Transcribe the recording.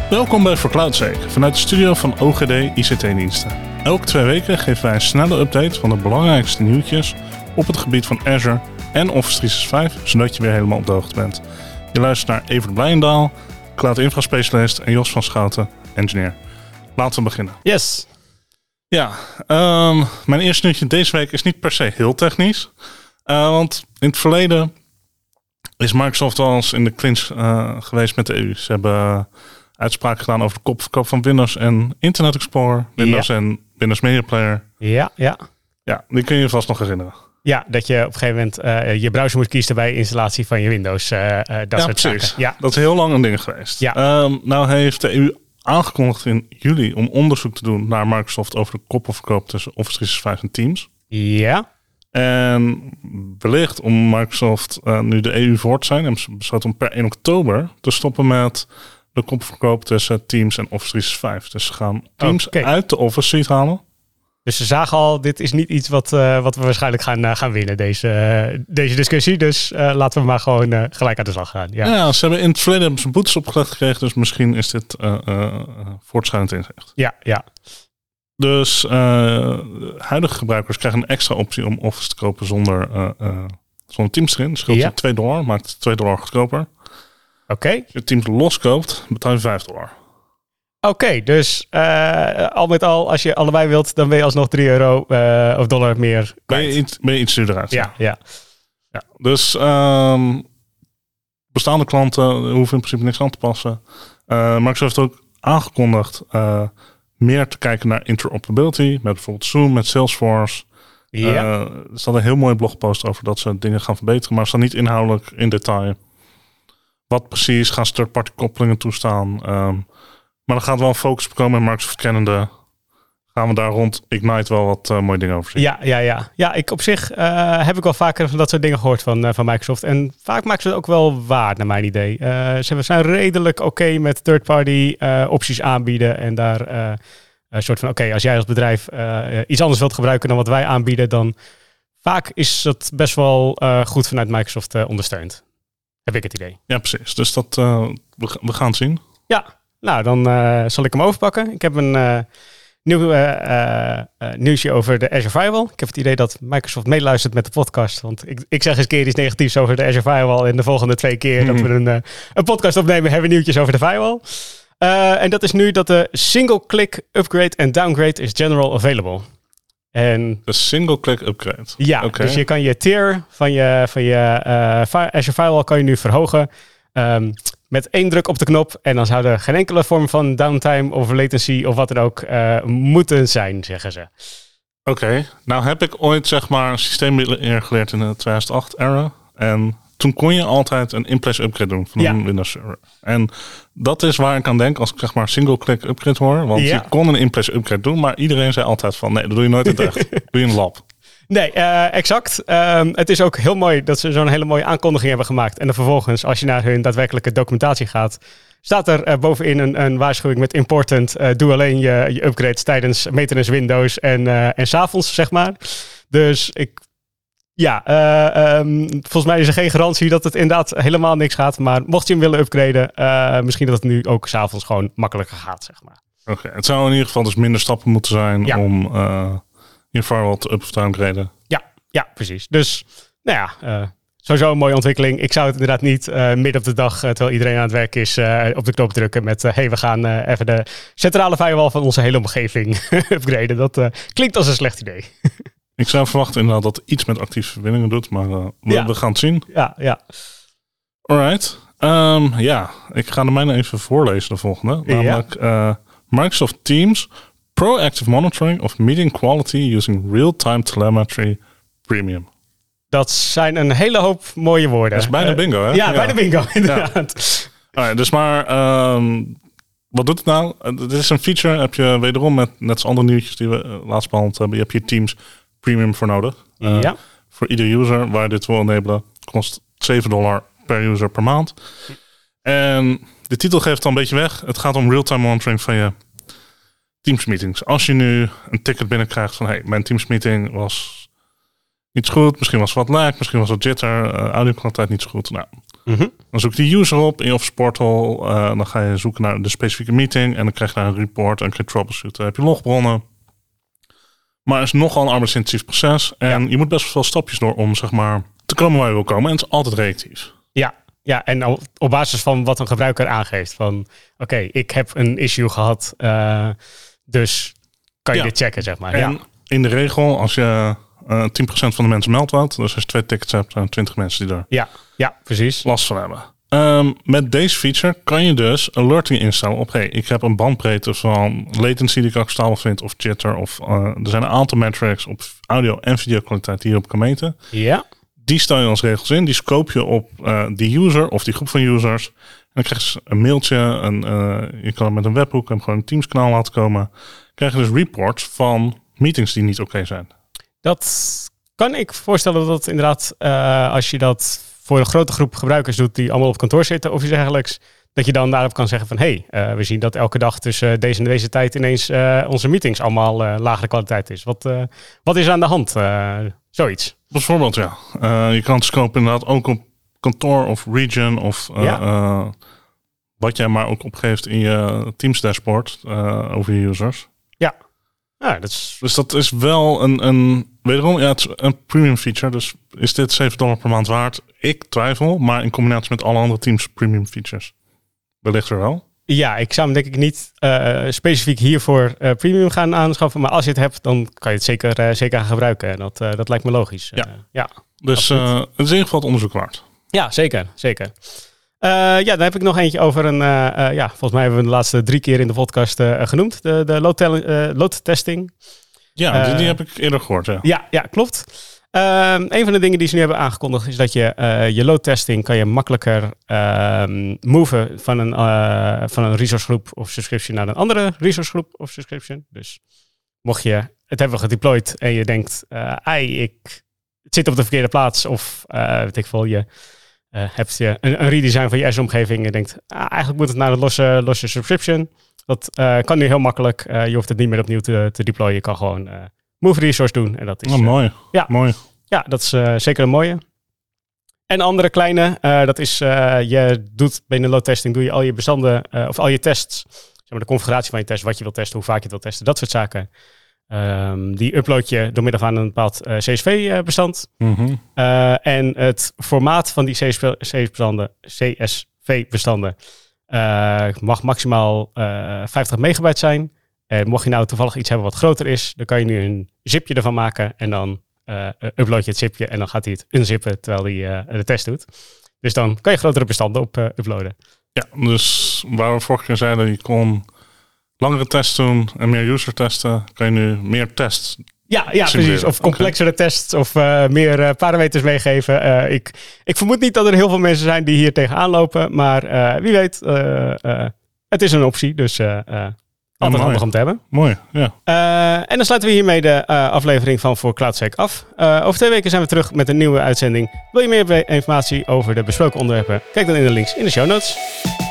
Welkom bij For Cloud Sake, vanuit de studio van OGD ICT-diensten. Elke 2 weken geven wij een snelle update van de belangrijkste nieuwtjes op het gebied van Azure en Office 365, zodat je weer helemaal op de hoogte bent. Je luistert naar Evert Blijendaal, Cloud Infra Specialist en Jos van Schouten, engineer. Laten we beginnen. Yes. Ja, mijn eerste nieuwtje deze week is niet per se heel technisch. Want in het verleden is Microsoft wel eens in de clinch geweest met de EU. Ze hebben uitspraken gedaan over de kopverkoop van Windows en Internet Explorer. Windows en Windows Media Player. Ja. Ja, die kun je je vast nog herinneren. Ja, dat je op een gegeven moment je browser moet kiezen bij installatie van je Windows. Dat soort precies. zaken. Ja, dat is heel lang een ding geweest. Ja. Nou heeft de EU aangekondigd in juli om onderzoek te doen naar Microsoft over de koppelverkoop tussen Office 365 en Teams. Ja. En wellicht om Microsoft nu de EU voor te zijn, hebben ze besloten om per 1 oktober te stoppen met de kopverkoop tussen Teams en Office 365. Dus ze gaan Teams uit de Office suite halen. Dus ze zagen al, dit is niet iets wat we waarschijnlijk gaan winnen, deze discussie. Dus laten we maar gewoon gelijk aan de slag gaan. Ja, ze hebben in het verleden zijn boetes opgelegd gekregen, dus misschien is dit voortschrijdend inzicht. Ja. Dus huidige gebruikers krijgen een extra optie om Office te kopen zonder Teams erin. Scheelt je $2, maakt het $2 goedkoper. Oké. Als je Teams loskoopt, betaal je $5. Oké, dus al met al, als je allebei wilt, dan ben je alsnog €3 of dollar meer kwijt. Ben je iets duurder uit. Ja. Dus bestaande klanten hoeven in principe niks aan te passen. Microsoft heeft ook aangekondigd meer te kijken naar interoperability, met bijvoorbeeld Zoom, met Salesforce. Ja. Er staat een heel mooie blogpost over dat ze dingen gaan verbeteren, maar het staat niet inhoudelijk in detail. Wat precies, gaan ze third-party koppelingen toestaan? Maar er gaat wel een focus op komen in Microsoft kennende. Gaan we daar rond Ignite wel wat mooie dingen over zien. Ja. Ja, ik op zich heb ik wel vaker van dat soort dingen gehoord van Microsoft. En vaak maken ze het ook wel waar, naar mijn idee. Ze zijn redelijk oké met third-party opties aanbieden. En daar een soort van, als jij als bedrijf iets anders wilt gebruiken dan wat wij aanbieden, dan vaak is dat best wel goed vanuit Microsoft ondersteund. Heb ik het idee. Ja, precies. Dus dat we gaan het zien. Ja, nou dan zal ik hem overpakken. Ik heb een nieuw nieuwsje over de Azure Firewall. Ik heb het idee dat Microsoft meeluistert met de podcast. Want ik zeg eens een keer iets negatiefs over de Azure Firewall. En de volgende 2 keer dat we een podcast opnemen, hebben we nieuwtjes over de firewall. En dat is nu dat de single-click upgrade en downgrade is general available. En de single-click upgrade? Ja, dus je kan je tier van je Azure Firewall kan je nu verhogen. Met 1 druk op de knop. En dan zou er geen enkele vorm van downtime of latency of wat dan ook moeten zijn, zeggen ze. Oké. Nou heb ik ooit een systeem geleerd in de 2008-era. En toen kon je altijd een in-place upgrade doen van een Windows server. En dat is waar ik aan denk als ik single-click upgrade hoor. Want je kon een in-place upgrade doen, maar iedereen zei altijd van nee, dat doe je nooit in het echt. Doe je in een lab. Nee, exact. Het is ook heel mooi dat ze zo'n hele mooie aankondiging hebben gemaakt. En dan vervolgens, als je naar hun daadwerkelijke documentatie gaat, staat er bovenin een waarschuwing met important. Doe alleen je upgrades tijdens maintenance Windows en 's avonds, zeg maar. Dus volgens mij is er geen garantie dat het inderdaad helemaal niks gaat. Maar mocht je hem willen upgraden, misschien dat het nu ook 's avonds gewoon makkelijker gaat, zeg maar. Oké, het zou in ieder geval dus minder stappen moeten zijn om je firewall te up of downgraden. Ja, precies. Dus, sowieso een mooie ontwikkeling. Ik zou het inderdaad niet midden op de dag, terwijl iedereen aan het werk is, op de knop drukken met we gaan even de centrale firewall van onze hele omgeving upgraden. Dat klinkt als een slecht idee. Ik zou verwachten inderdaad dat het iets met actieve verbindingen doet, maar we gaan het zien. Ja. Alright. Ik ga de mijne even voorlezen, de volgende. Namelijk Microsoft Teams Proactive Monitoring of Meeting Quality Using Real-Time Telemetry Premium. Dat zijn een hele hoop mooie woorden. Dat is bijna bingo, hè? Ja, bijna bingo, inderdaad. Alright, dus maar wat doet het nou? Dit is een feature, heb je wederom met net als andere nieuwtjes die we laatst behandeld hebben. Je hebt je Teams Premium voor nodig. Voor ieder user waar je dit wil enablen kost $7 per user per maand. En de titel geeft het al een beetje weg. Het gaat om real-time monitoring van je Teams meetings. Als je nu een ticket binnenkrijgt van mijn Teams meeting was niet zo goed, misschien was het wat lag, misschien was het jitter, audio kwaliteit niet zo goed. Nou, Dan zoek je die user op in je Office Portal. Dan ga je zoeken naar de specifieke meeting. En dan krijg je daar een report en kun je troubleshooten. Dan heb je logbronnen. Maar het is nogal een arbeidsintensief proces. En je moet best wel veel stapjes door om zeg maar te komen waar je wil komen. En het is altijd reactief. Ja, en op basis van wat een gebruiker aangeeft. Van oké, ik heb een issue gehad. Dus kan je dit checken, zeg maar. En in de regel, als je 10% van de mensen meldt wat. Dus als je 2 tickets hebt, zijn 20 mensen die er precies. last van hebben. Met deze feature kan je dus alerting instellen op... ik heb een bandbreedte van latency die ik acceptabel vind... of jitter, of er zijn een aantal metrics op audio- en videokwaliteit die je op kan meten. Ja. Die stel je als regels in. Die scope je op die user of die groep van users. En dan krijg je een mailtje. Je kan het met een webhook en gewoon een Teams kanaal laten komen. Krijg je dus reports van meetings die niet oké zijn. Dat kan ik voorstellen dat inderdaad, als je dat voor een grote groep gebruikers doet die allemaal op kantoor zitten of iets dergelijks, dat je dan daarop kan zeggen van we zien dat elke dag tussen deze en deze tijd ineens onze meetings allemaal lagere kwaliteit is. Wat is er aan de hand? Zoiets. Bijvoorbeeld, je kan het scopen inderdaad ook op kantoor of region of wat jij maar ook opgeeft in je Teams dashboard over je users. Ja, dus dat is wel wederom, het is een premium feature. Dus is dit $7 per maand waard? Ik twijfel, maar in combinatie met alle andere Teams premium features wellicht er wel. Ja, ik zou hem denk ik niet specifiek hiervoor premium gaan aanschaffen. Maar als je het hebt, dan kan je het zeker gaan gebruiken. En dat lijkt me logisch. Dus het is in ieder geval het onderzoek waard. Ja, zeker. Dan heb ik nog eentje over volgens mij hebben we de laatste 3 keer in de podcast genoemd. De load testing. Ja, die heb ik eerder gehoord. Ja, klopt. Een van de dingen die ze nu hebben aangekondigd is dat je load testing kan je makkelijker moven van een resource groep of subscription naar een andere resource groep of subscription. Dus mocht je het hebben gedeployed en je denkt, het zit op de verkeerde plaats of weet ik veel, je hebt je een redesign van je Azure-omgeving en je denkt, eigenlijk moet het naar een losse subscription. Dat kan nu heel makkelijk. Je hoeft het niet meer opnieuw te deployen. Je kan gewoon move resource doen. En dat is mooi. Mooi. Ja, dat is zeker een mooie. En een andere kleine, dat is je doet binnen load testing doe je al je bestanden of al je tests, zeg maar de configuratie van je test, wat je wilt testen, hoe vaak je het wilt testen, dat soort zaken. Die upload je door middel van een bepaald CSV-bestand. Mm-hmm. En het formaat van die CSV-bestanden mag maximaal 50 megabyte zijn. En mocht je nou toevallig iets hebben wat groter is, dan kan je nu een zipje ervan maken en dan upload je het zipje en dan gaat hij het unzippen terwijl hij de test doet. Dus dan kan je grotere bestanden op uploaden. Ja, dus waar we vorige keer zeiden, je kon langere tests doen en meer user testen, kan je nu meer tests. Ja, precies. Of complexere tests of meer parameters meegeven. Ik vermoed niet dat er heel veel mensen zijn die hier tegenaan lopen, maar wie weet, het is een optie, dus altijd handig om te hebben. Mooi, ja. En dan sluiten we hiermee de aflevering van Voor CloudSec af. Over 2 weken zijn we terug met een nieuwe uitzending. Wil je meer informatie over de besproken onderwerpen? Kijk dan in de links in de show notes.